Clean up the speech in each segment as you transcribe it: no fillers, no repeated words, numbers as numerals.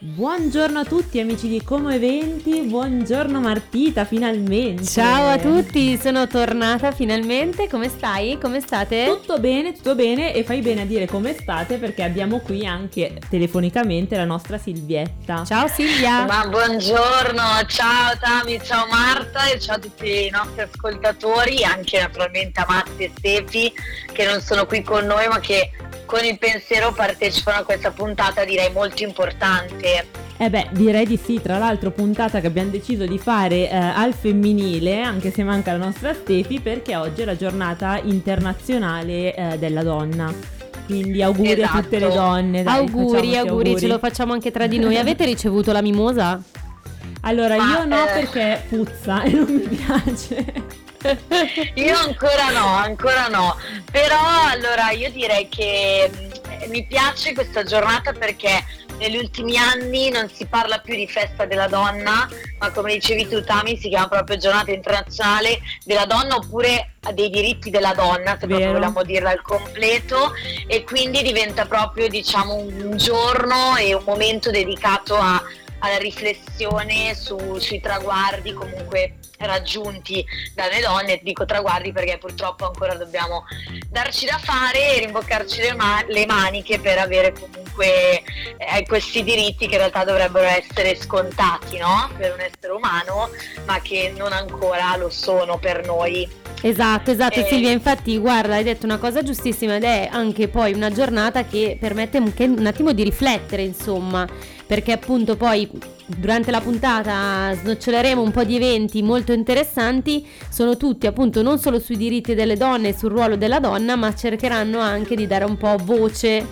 Buongiorno a tutti amici di Como Eventi, buongiorno Martita, finalmente. Ciao a tutti, sono tornata finalmente, come stai? Come state? Tutto bene e fai bene a dire come state perché abbiamo qui anche telefonicamente la nostra Silvietta. Ciao Silvia! Ma buongiorno, ciao Tami, ciao Marta e ciao a tutti i nostri ascoltatori, anche naturalmente a Matti e Stefi che non sono qui con noi ma che con il pensiero partecipano a questa puntata direi molto importante. Direi di sì, tra l'altro puntata che abbiamo deciso di fare al femminile, anche se manca la nostra Stefi, perché oggi è la giornata internazionale della donna. Quindi auguri a tutte le donne. Dai, auguri, ce lo facciamo anche tra di noi. Avete ricevuto la mimosa? Allora, io no perché puzza e non mi piace. Io ancora no, però allora io direi che mi piace questa giornata perché negli ultimi anni non si parla più di festa della donna, ma come dicevi tu Tami si chiama proprio giornata internazionale della donna oppure dei diritti della donna, se proprio vogliamo dirla al completo, e quindi diventa proprio diciamo un giorno e un momento dedicato alla riflessione sui traguardi comunque raggiunti dalle donne. Dico traguardi perché purtroppo ancora dobbiamo darci da fare e rimboccarci le maniche per avere comunque questi diritti che in realtà dovrebbero essere scontati, no? Per un essere umano, ma che non ancora lo sono per noi. Esatto Silvia, infatti guarda, hai detto una cosa giustissima ed è anche poi una giornata che permette un attimo di riflettere, insomma, perché appunto poi durante la puntata snoccioleremo un po' di eventi molto interessanti, sono tutti appunto non solo sui diritti delle donne e sul ruolo della donna, ma cercheranno anche di dare un po' voce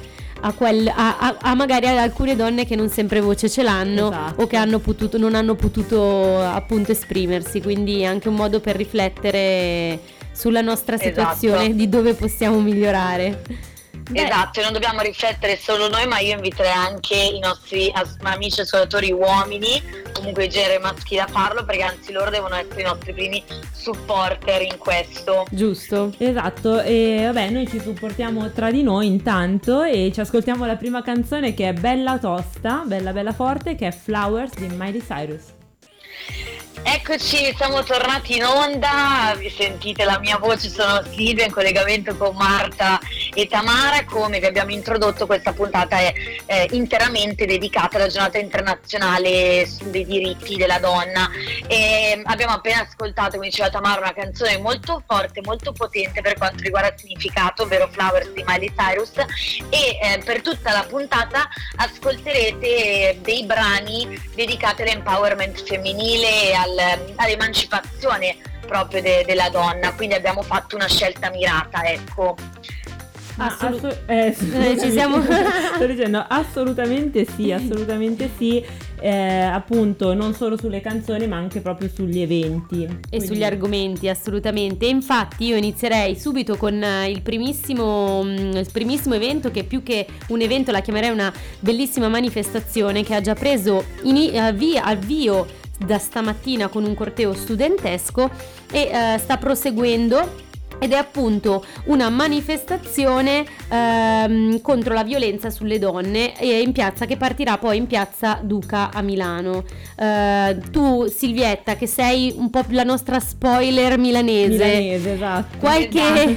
a magari ad alcune donne che non sempre voce ce l'hanno, esatto, o che non hanno potuto appunto esprimersi, quindi anche un modo per riflettere sulla nostra situazione, esatto, di dove possiamo migliorare. Esatto, e non dobbiamo riflettere solo noi, ma io inviterei anche i nostri amici ascoltatori uomini, comunque i generi maschili, a farlo, perché anzi loro devono essere i nostri primi supporter in questo. Giusto, esatto, e noi ci supportiamo tra di noi intanto e ci ascoltiamo la prima canzone che è bella tosta, bella forte, che è Flowers di Miley Cyrus. Eccoci, siamo tornati in onda, vi sentite la mia voce, sono Silvia in collegamento con Marta e Tamara. Come vi abbiamo introdotto, questa puntata è interamente dedicata alla giornata internazionale dei diritti della donna e abbiamo appena ascoltato, come diceva Tamara, una canzone molto forte, molto potente per quanto riguarda il significato, ovvero Flowers di Miley Cyrus, e per tutta la puntata ascolterete dei brani dedicati all'empowerment femminile e all'emancipazione proprio della donna, quindi abbiamo fatto una scelta mirata, ecco. Ci siamo. Sto dicendo assolutamente sì, appunto non solo sulle canzoni ma anche proprio sugli eventi e sugli argomenti, assolutamente. Infatti io inizierei subito con il primissimo evento, che più che un evento la chiamerei una bellissima manifestazione che ha già preso avvio da stamattina con un corteo studentesco e sta proseguendo, ed è appunto una manifestazione contro la violenza sulle donne in piazza, che partirà poi in piazza Duca a Milano. Tu Silvietta, che sei un po' la nostra spoiler milanese, esatto. quale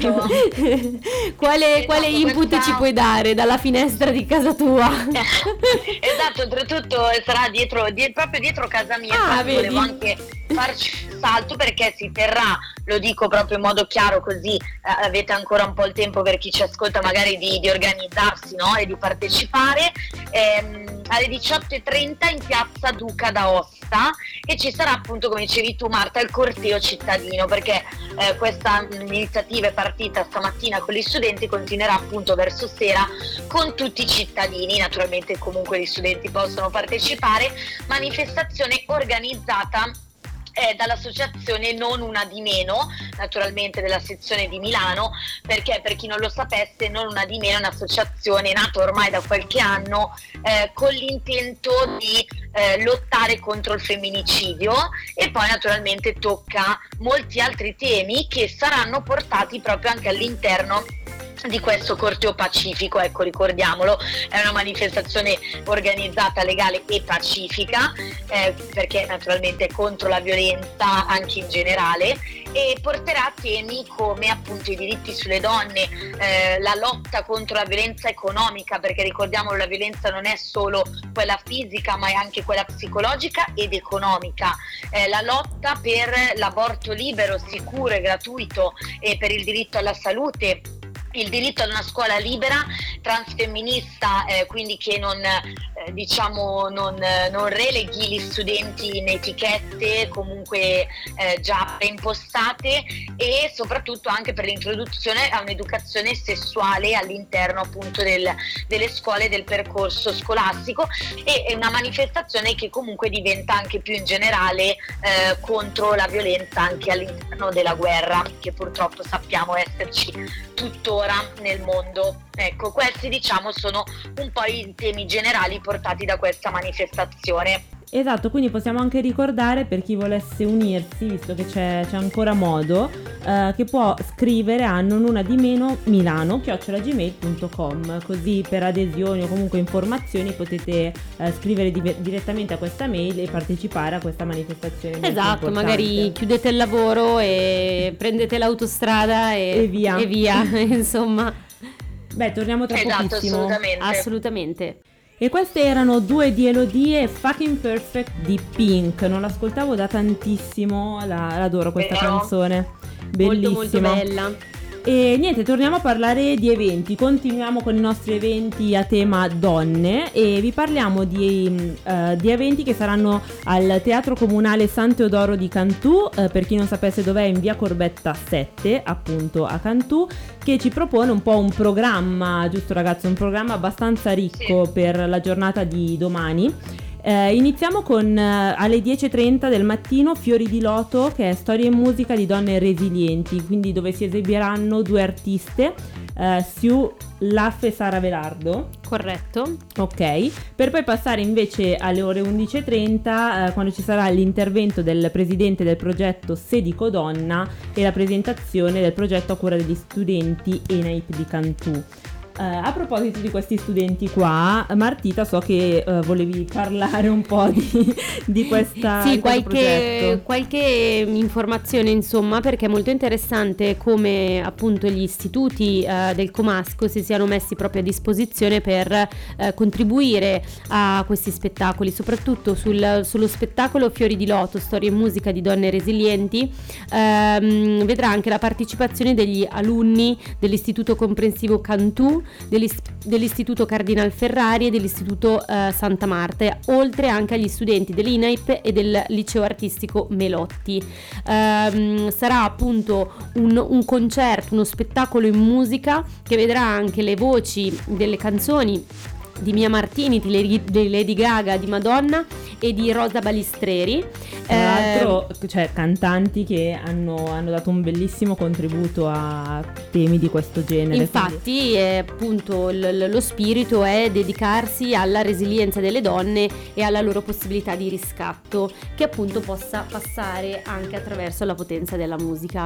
input ci puoi dare dalla finestra di casa tua? Esatto, oltretutto sarà proprio dietro casa mia, volevo anche farci un salto perché si terrà, lo dico proprio in modo chiaro così avete ancora un po' il tempo, per chi ci ascolta magari di organizzarsi, no? E di partecipare alle 18:30 in piazza Duca d'Aosta, e ci sarà appunto, come dicevi tu Marta, il corteo cittadino, perché questa iniziativa è partita stamattina con gli studenti, continuerà appunto verso sera con tutti i cittadini. Naturalmente comunque gli studenti possono partecipare, manifestazione organizzata dall'associazione Non Una di Meno, naturalmente della sezione di Milano, perché per chi non lo sapesse, Non Una di Meno è un'associazione nata ormai da qualche anno con l'intento di lottare contro il femminicidio, e poi naturalmente tocca molti altri temi che saranno portati proprio anche all'interno di questo corteo pacifico, ecco, ricordiamolo, è una manifestazione organizzata, legale e pacifica, perché naturalmente è contro la violenza anche in generale, e porterà temi come appunto i diritti sulle donne, la lotta contro la violenza economica, perché ricordiamolo, la violenza non è solo quella fisica ma è anche quella psicologica ed economica, la lotta per l'aborto libero, sicuro e gratuito, e per il diritto alla salute, il diritto ad una scuola libera, transfemminista, quindi che non releghi gli studenti in etichette comunque già preimpostate, e soprattutto anche per l'introduzione a un'educazione sessuale all'interno appunto delle scuole, del percorso scolastico, e è una manifestazione che comunque diventa anche più in generale contro la violenza anche all'interno della guerra, che purtroppo sappiamo esserci tuttora nel mondo. Ecco, questi diciamo sono un po' i temi generali portati da questa manifestazione. Esatto, quindi possiamo anche ricordare, per chi volesse unirsi, visto che c'è ancora modo, che può scrivere a nonunadimeno@gmail.com, così per adesioni o comunque informazioni potete scrivere direttamente a questa mail e partecipare a questa manifestazione. Esatto, magari chiudete il lavoro e prendete l'autostrada e via, insomma. Beh, torniamo tra pochissimo. Assolutamente. E queste erano Due di Elodie e Fucking Perfect di Pink. Non l'ascoltavo da tantissimo, l'adoro questa canzone. Bellissima. Molto molto bella. E niente, torniamo a parlare di eventi. Continuiamo con i nostri eventi a tema donne e vi parliamo di eventi che saranno al Teatro Comunale San Teodoro di Cantù, per chi non sapesse dov'è, in via Corbetta 7, appunto a Cantù, che ci propone un po' un programma, giusto ragazzi, un programma abbastanza ricco per la giornata di domani. Iniziamo con alle 10:30 del mattino Fiori di Loto, che è storia e musica di donne resilienti, quindi dove si esibiranno due artiste, Sue Laff e Sara Velardo. Corretto. Ok, per poi passare invece alle ore 11:30 quando ci sarà l'intervento del presidente del progetto Sedico Donna e la presentazione del progetto a cura degli studenti ENAIP di Cantù. A proposito di questi studenti qua, Martita, so che volevi parlare un po' di questa sì, progetto. qualche informazione insomma, perché è molto interessante come appunto gli istituti del Comasco si siano messi proprio a disposizione per contribuire a questi spettacoli, soprattutto sullo spettacolo Fiori di Loto, storia e musica di donne resilienti. Vedrà anche la partecipazione degli alunni dell'Istituto Comprensivo Cantù, dell'Istituto Cardinal Ferrari e dell'Istituto Santa Marta, oltre anche agli studenti dell'INAIP e del Liceo Artistico Melotti. Sarà appunto un concerto, uno spettacolo in musica che vedrà anche le voci delle canzoni di Mia Martini, di Lady Gaga, di Madonna e di Rosa Balistreri. Tra l'altro, cioè, cantanti che hanno dato un bellissimo contributo a temi di questo genere. Infatti, appunto, lo spirito è dedicarsi alla resilienza delle donne e alla loro possibilità di riscatto, che appunto possa passare anche attraverso la potenza della musica.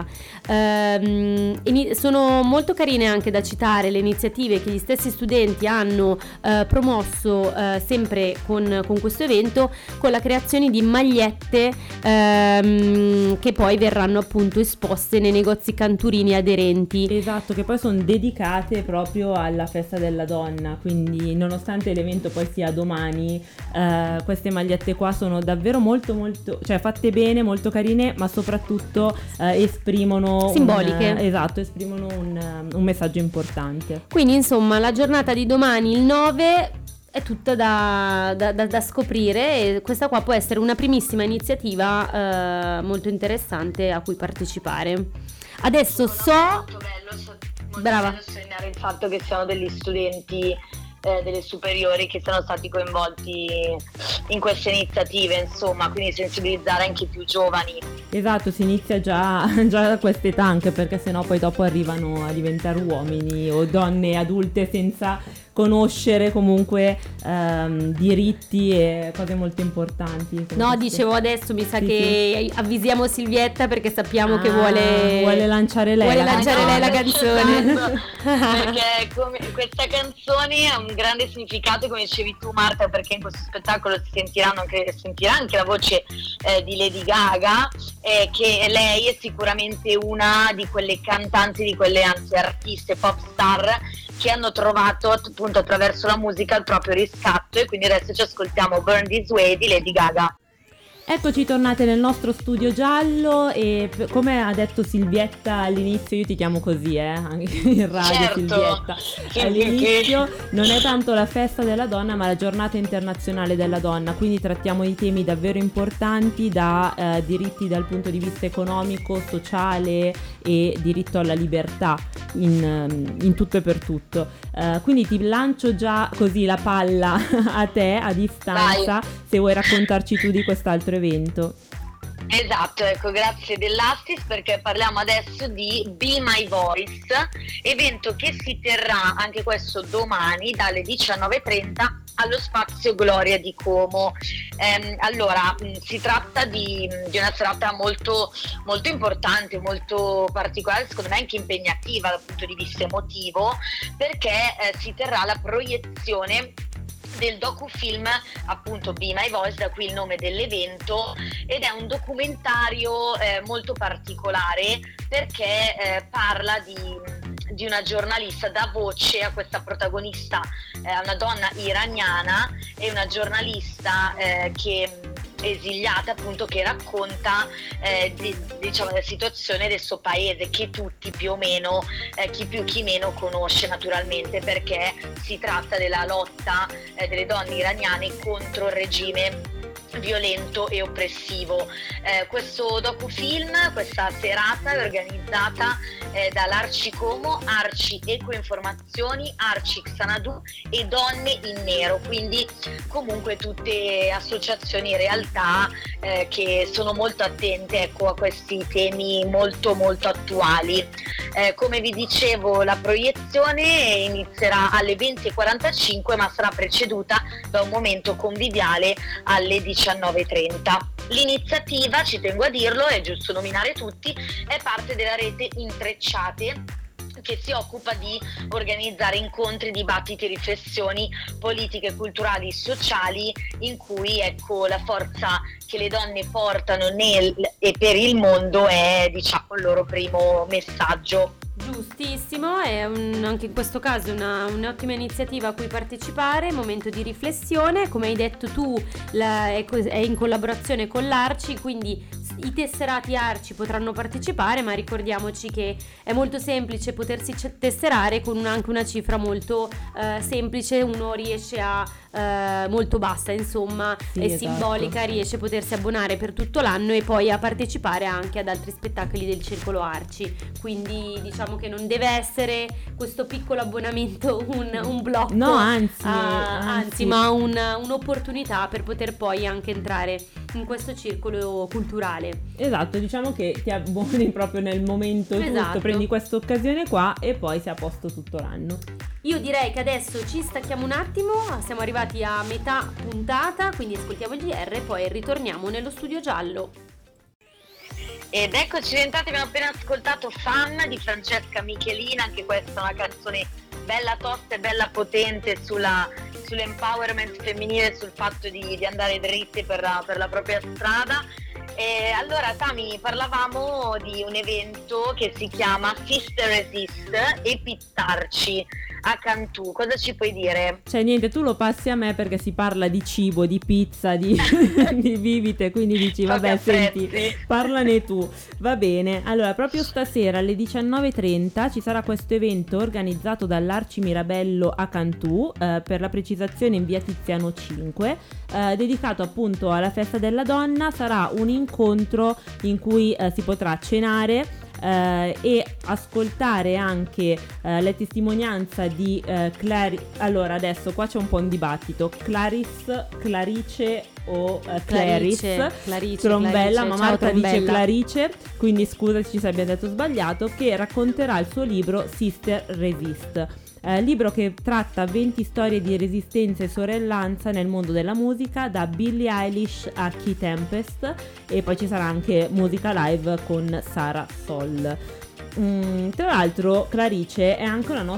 Sono molto carine anche da citare le iniziative che gli stessi studenti hanno promosso sempre con questo evento, con la creazione di magliette che poi verranno appunto esposte nei negozi canturini aderenti. Esatto, che poi sono dedicate proprio alla festa della donna, quindi nonostante l'evento poi sia domani, queste magliette qua sono davvero molto, cioè fatte bene, molto carine, ma soprattutto esprimono simboliche. Esprimono un messaggio importante. Quindi insomma la giornata di domani, il 9, è tutta da scoprire, e questa qua può essere una primissima iniziativa molto interessante a cui partecipare. Adesso molto bello sottolineare il fatto che siano degli studenti delle superiori che sono stati coinvolti in queste iniziative, insomma, quindi sensibilizzare anche i più giovani. Esatto, si inizia già da quest'età, anche perché sennò poi dopo arrivano a diventare uomini o donne adulte senza conoscere comunque diritti e cose molto importanti. No, dicevo adesso mi sa che avvisiamo Silvietta perché sappiamo che vuole lanciare lei la canzone. Perché questa canzone ha un grande significato, come dicevi tu Marta, perché in questo spettacolo si sentirà anche la voce di Lady Gaga, che lei è sicuramente una di quelle cantanti, anzi artiste, pop star che hanno trovato appunto attraverso la musica il proprio riscatto, e quindi adesso ci ascoltiamo Burn This Way di Lady Gaga. Eccoci tornate nel nostro studio giallo e come ha detto Silvietta all'inizio, io ti chiamo così anche in radio, certo. Silvietta, all'inizio non è tanto la festa della donna ma la giornata internazionale della donna, quindi trattiamo di temi davvero importanti, da diritti dal punto di vista economico, sociale e diritto alla libertà in tutto e per tutto, quindi ti lancio già così la palla a te a distanza. Vai. Se vuoi raccontarci tu di quest'altro evento. Esatto, ecco, grazie dell'Astis, perché parliamo adesso di Be My Voice, evento che si terrà anche questo domani dalle 19:30 allo Spazio Gloria di Como. Allora, si tratta di una serata molto, molto importante, molto particolare, secondo me anche impegnativa dal punto di vista emotivo, perché si terrà la proiezione del docufilm, appunto Be My Voice, da qui il nome dell'evento, ed è un documentario molto particolare perché parla di una giornalista, dà voce a questa protagonista, una donna iraniana, e una giornalista che esiliata, appunto, che racconta diciamo la situazione del suo paese, che tutti più o meno, chi più chi meno conosce naturalmente, perché si tratta della lotta delle donne iraniane contro il regime violento e oppressivo. Questo docufilm, questa serata è organizzata dall'Arci Como, Arci Ecoinformazioni, Arci Xanadu e Donne in Nero, quindi comunque tutte associazioni in realtà che sono molto attente, ecco, a questi temi molto molto attuali. Come vi dicevo, la proiezione inizierà alle 20:45 ma sarà preceduta da un momento conviviale alle 19:30. L'iniziativa, ci tengo a dirlo, è giusto nominare tutti, è parte della rete Intrecciate, che si occupa di organizzare incontri, dibattiti, riflessioni politiche, culturali, sociali, in cui, ecco, la forza che le donne portano nel e per il mondo è, diciamo, il loro primo messaggio. Giustissimo, è anche in questo caso un'ottima iniziativa a cui partecipare, momento di riflessione, come hai detto tu è in collaborazione con l'Arci, quindi i tesserati Arci potranno partecipare, ma ricordiamoci che è molto semplice potersi tesserare con anche una cifra molto semplice, uno riesce molto bassa, insomma, sì, è esatto. Simbolica, riesce a potersi abbonare per tutto l'anno e poi a partecipare anche ad altri spettacoli del Circolo Arci, quindi diciamo che non deve essere questo piccolo abbonamento un blocco, no, anzi, ma un'opportunità per poter poi anche entrare in questo circolo culturale. Esatto, diciamo che ti abboni proprio nel momento esatto. giusto, prendi questa occasione qua e poi sei a posto tutto l'anno. Io direi che adesso ci stacchiamo un attimo, siamo arrivati a metà puntata, quindi ascoltiamo il GR e poi ritorniamo nello studio giallo. Ed eccoci rientrati, abbiamo appena ascoltato Fan di Francesca Michelina, anche questa è una canzone bella tosta e bella potente sull'empowerment femminile, sul fatto di andare dritte per la propria strada. E allora, Tami, parlavamo di un evento che si chiama Sister Resist e Pizzarci a Cantù. Cosa ci puoi dire? Cioè niente, tu lo passi a me perché si parla di cibo, di pizza, di bibite, quindi dici vabbè, senti, parlane tu. Va bene, allora proprio stasera alle 19:30 ci sarà questo evento organizzato dall'Arci Mirabello a Cantù, per la precisazione in via Tiziano 5, dedicato appunto alla festa della donna. Sarà un incontro in cui si potrà cenare e ascoltare anche le testimonianze di allora adesso qua c'è un po' un dibattito, Clarice o Clarice Trombella, ma Marta dice Clarice, quindi scusaci se abbiamo detto sbagliato, che racconterà il suo libro Sister Resist. libro che tratta 20 storie di resistenza e sorellanza nel mondo della musica, da Billie Eilish a Key Tempest, e poi ci sarà anche musica live con Sara Sol. Tra l'altro Clarice è anche una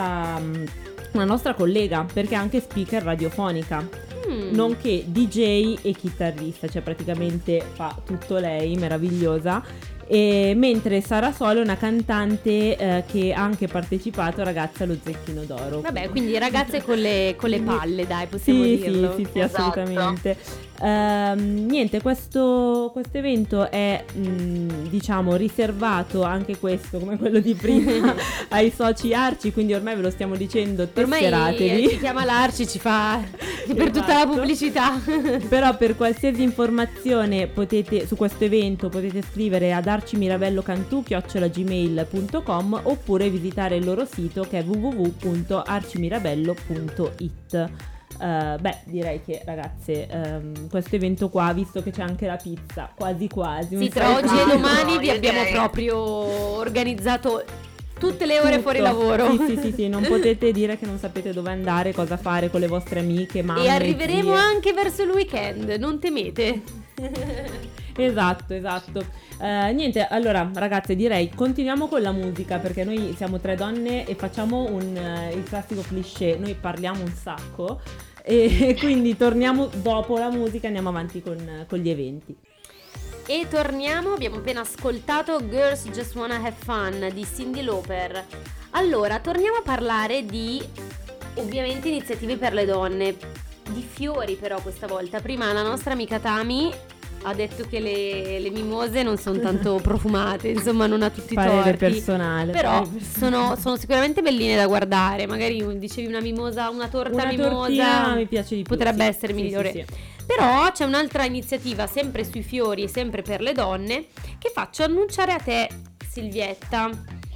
nostra collega, perché è anche speaker radiofonica, nonché DJ e chitarrista, cioè praticamente fa tutto lei, meravigliosa. E mentre Sara Sol è una cantante che ha anche partecipato a Ragazze allo Zecchino d'Oro. Vabbè, quindi ragazze con le palle, dai, possiamo dirlo. Sì, Esatto. assolutamente. Niente, questo evento è diciamo riservato, anche questo come quello di prima, ai soci Arci, quindi ormai ve lo stiamo dicendo, tesseratevi. Ormai ci chiama l'Arci, ci fa per tutta la pubblicità. Però per qualsiasi informazione su questo evento potete scrivere ad arcimiravellocantu@gmail.com oppure visitare il loro sito, che è www.arcimiravello.it. Direi che ragazze, questo evento qua, visto che c'è anche la pizza, quasi sì, tra oggi e domani vi abbiamo proprio organizzato tutte le ore tutto fuori lavoro. Sì, non potete dire che non sapete dove andare, cosa fare con le vostre amiche, mamme, e arriveremo zie. anche verso il weekend, non temete. Esatto. Niente, allora ragazze, direi continuiamo con la musica, perché noi siamo 3 donne e facciamo il classico cliché, noi parliamo un sacco e quindi torniamo dopo la musica, andiamo avanti con gli eventi. E torniamo, abbiamo appena ascoltato Girls Just Wanna Have Fun di Cyndi Lauper. Allora, torniamo a parlare di, ovviamente, iniziative per le donne, di fiori però questa volta. Prima la nostra amica Tami ha detto che le mimose non sono tanto profumate, insomma non ha tutti i Parere torti. personale. Però sono sicuramente belline da guardare. Magari dicevi una mimosa, una torta mimosa, mi piace di più, potrebbe sì, essere migliore. sì. Però c'è un'altra iniziativa sempre sui fiori e sempre per le donne che faccio annunciare a te, Silvietta.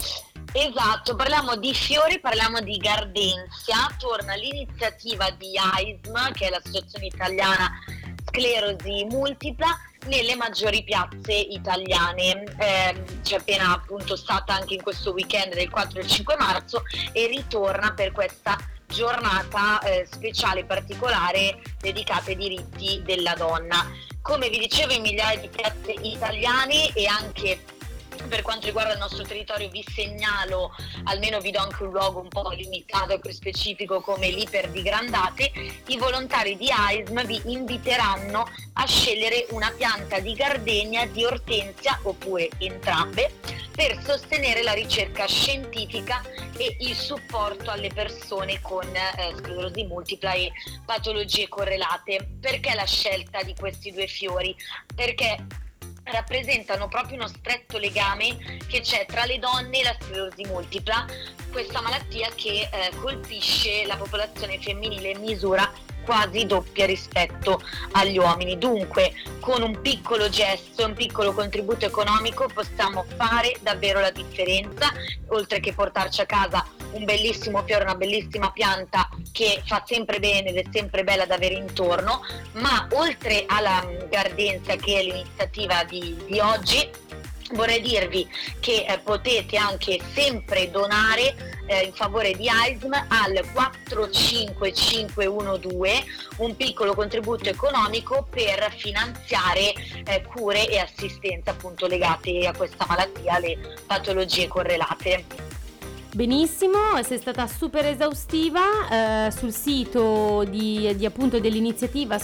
Esatto, parliamo di fiori, parliamo di Gardenzia. Torna l'iniziativa di AISM, che è l'associazione italiana sclerosi multipla, nelle maggiori piazze italiane. C'è appena appunto stata anche in questo weekend del 4 e il 5 marzo e ritorna per questa giornata speciale particolare dedicata ai diritti della donna. Come vi dicevo, in migliaia di piazze italiane, e anche per quanto riguarda il nostro territorio vi segnalo, almeno vi do anche un luogo un po' limitato e più specifico come l'Iper di Grandate. I volontari di AISM vi inviteranno a scegliere una pianta di gardenia, di ortensia oppure entrambe, per sostenere la ricerca scientifica e il supporto alle persone con sclerosi multipla e patologie correlate. Perché la scelta di questi 2 fiori? Perché rappresentano proprio uno stretto legame che c'è tra le donne e la sclerosi multipla, questa malattia che colpisce la popolazione femminile in misura quasi doppia rispetto agli uomini. Dunque, con un piccolo gesto, un piccolo contributo economico possiamo fare davvero la differenza, oltre che portarci a casa un bellissimo fiore, una bellissima pianta che fa sempre bene ed è sempre bella da avere intorno. Ma oltre alla Gardenzia, che è l'iniziativa di oggi, vorrei dirvi che potete anche sempre donare in favore di AISM al 45512 un piccolo contributo economico per finanziare cure e assistenza appunto legate a questa malattia, alle patologie correlate. Benissimo, sei stata super esaustiva. Sul sito di appunto dell'iniziativa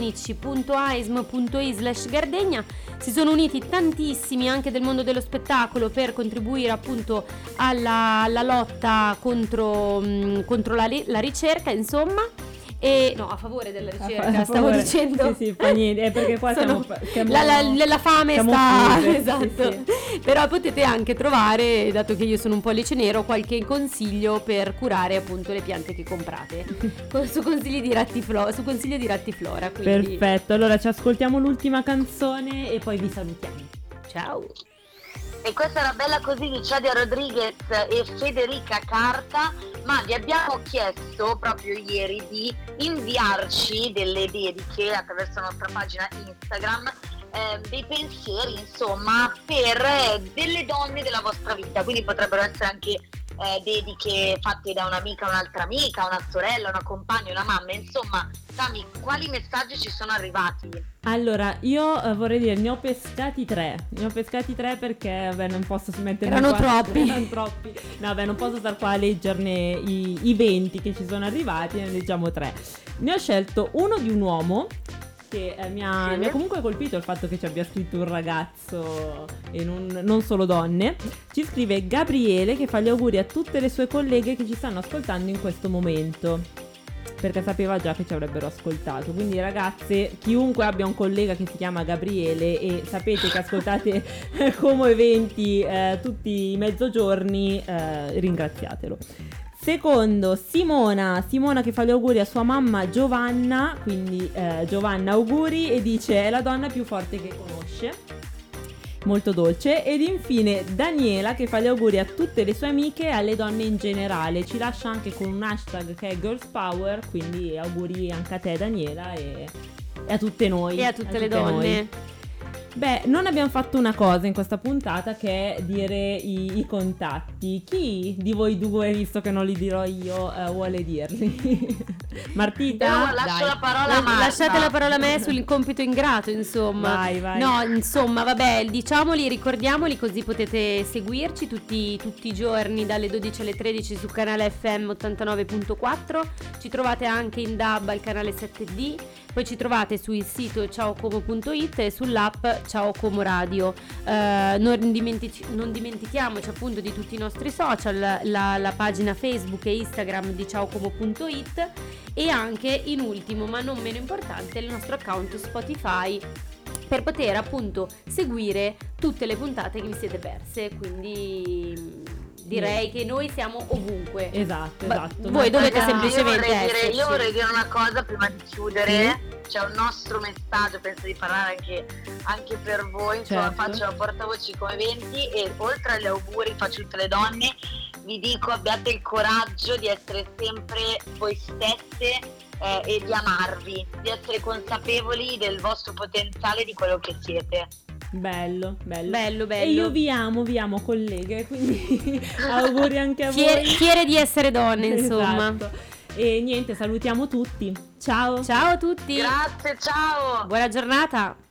sostienici.aism.it/Gardegna si sono uniti tantissimi anche del mondo dello spettacolo per contribuire appunto alla lotta contro la ricerca, insomma. E no, a favore della ricerca, stavo dicendo. Sì, fa niente, è perché qua siamo la fame sta chiuse, esatto. sì. Però potete anche trovare, dato che io sono un pollice nero, qualche consiglio per curare appunto le piante che comprate su consiglio di Rattiflora, quindi. Perfetto, allora ci ascoltiamo l'ultima canzone e poi vi salutiamo. Ciao. E questa era Bella Così di Chadia Rodriguez e Federica Carta, ma vi abbiamo chiesto proprio ieri di inviarci delle dediche attraverso la nostra pagina Instagram, dei pensieri insomma per delle donne della vostra vita, quindi potrebbero essere anche dediche fatte da un'amica, un'altra amica, una sorella, una compagna, una mamma, insomma. Sami, quali messaggi ci sono arrivati? Allora, io vorrei dire, ne ho pescati tre perché non posso mettere erano troppi. No, non posso star qua a leggerne i 20 che ci sono arrivati, ne leggiamo 3. Ne ho scelto uno di un uomo che mi ha comunque colpito il fatto che ci abbia scritto un ragazzo e non solo donne. Ci scrive Gabriele, che fa gli auguri a tutte le sue colleghe che ci stanno ascoltando in questo momento, perché sapeva già che ci avrebbero ascoltato. Quindi ragazze, chiunque abbia un collega che si chiama Gabriele e sapete che ascoltate Como Eventi tutti i mezzogiorni, ringraziatelo. Secondo, Simona che fa gli auguri a sua mamma Giovanna, quindi Giovanna auguri, e dice è la donna più forte che conosce, molto dolce. Ed infine Daniela, che fa gli auguri a tutte le sue amiche e alle donne in generale, ci lascia anche con un hashtag che è Girls Power, quindi auguri anche a te Daniela e a tutte noi e a tutte le donne noi. Beh, non abbiamo fatto una cosa in questa puntata, che è dire i contatti. Chi di voi due, visto che non li dirò io, vuole dirli? Martita? Io lascio la parola a Marta. Lasciate la parola a me sul compito ingrato, insomma. Vai. No, insomma, vabbè, diciamoli, ricordiamoli, così potete seguirci tutti i giorni dalle 12 alle 13 sul canale FM 89.4. Ci trovate anche in DAB al canale 7D. Poi ci trovate sul sito ciaocomo.it e sull'app Ciao Como Radio. Non dimentichiamoci appunto di tutti i nostri social, la pagina Facebook e Instagram di ciaocomo.it, e anche, in ultimo ma non meno importante, il nostro account Spotify, per poter appunto seguire tutte le puntate che vi siete perse. Quindi direi che noi siamo ovunque. Esatto. Voi dovete semplicemente esserci. Io vorrei dire una cosa prima di chiudere. C'è un nostro messaggio, penso di parlare anche per voi. Insomma, faccio la portavoce Como Eventi, e oltre agli auguri faccio tutte le donne, vi dico: abbiate il coraggio di essere sempre voi stesse e di amarvi, di essere consapevoli del vostro potenziale, di quello che siete. Bello. E io vi amo colleghe, quindi auguri anche a voi. Fiere di essere donne, insomma. Esatto. E niente, salutiamo tutti. Ciao a tutti. Grazie, ciao. Buona giornata.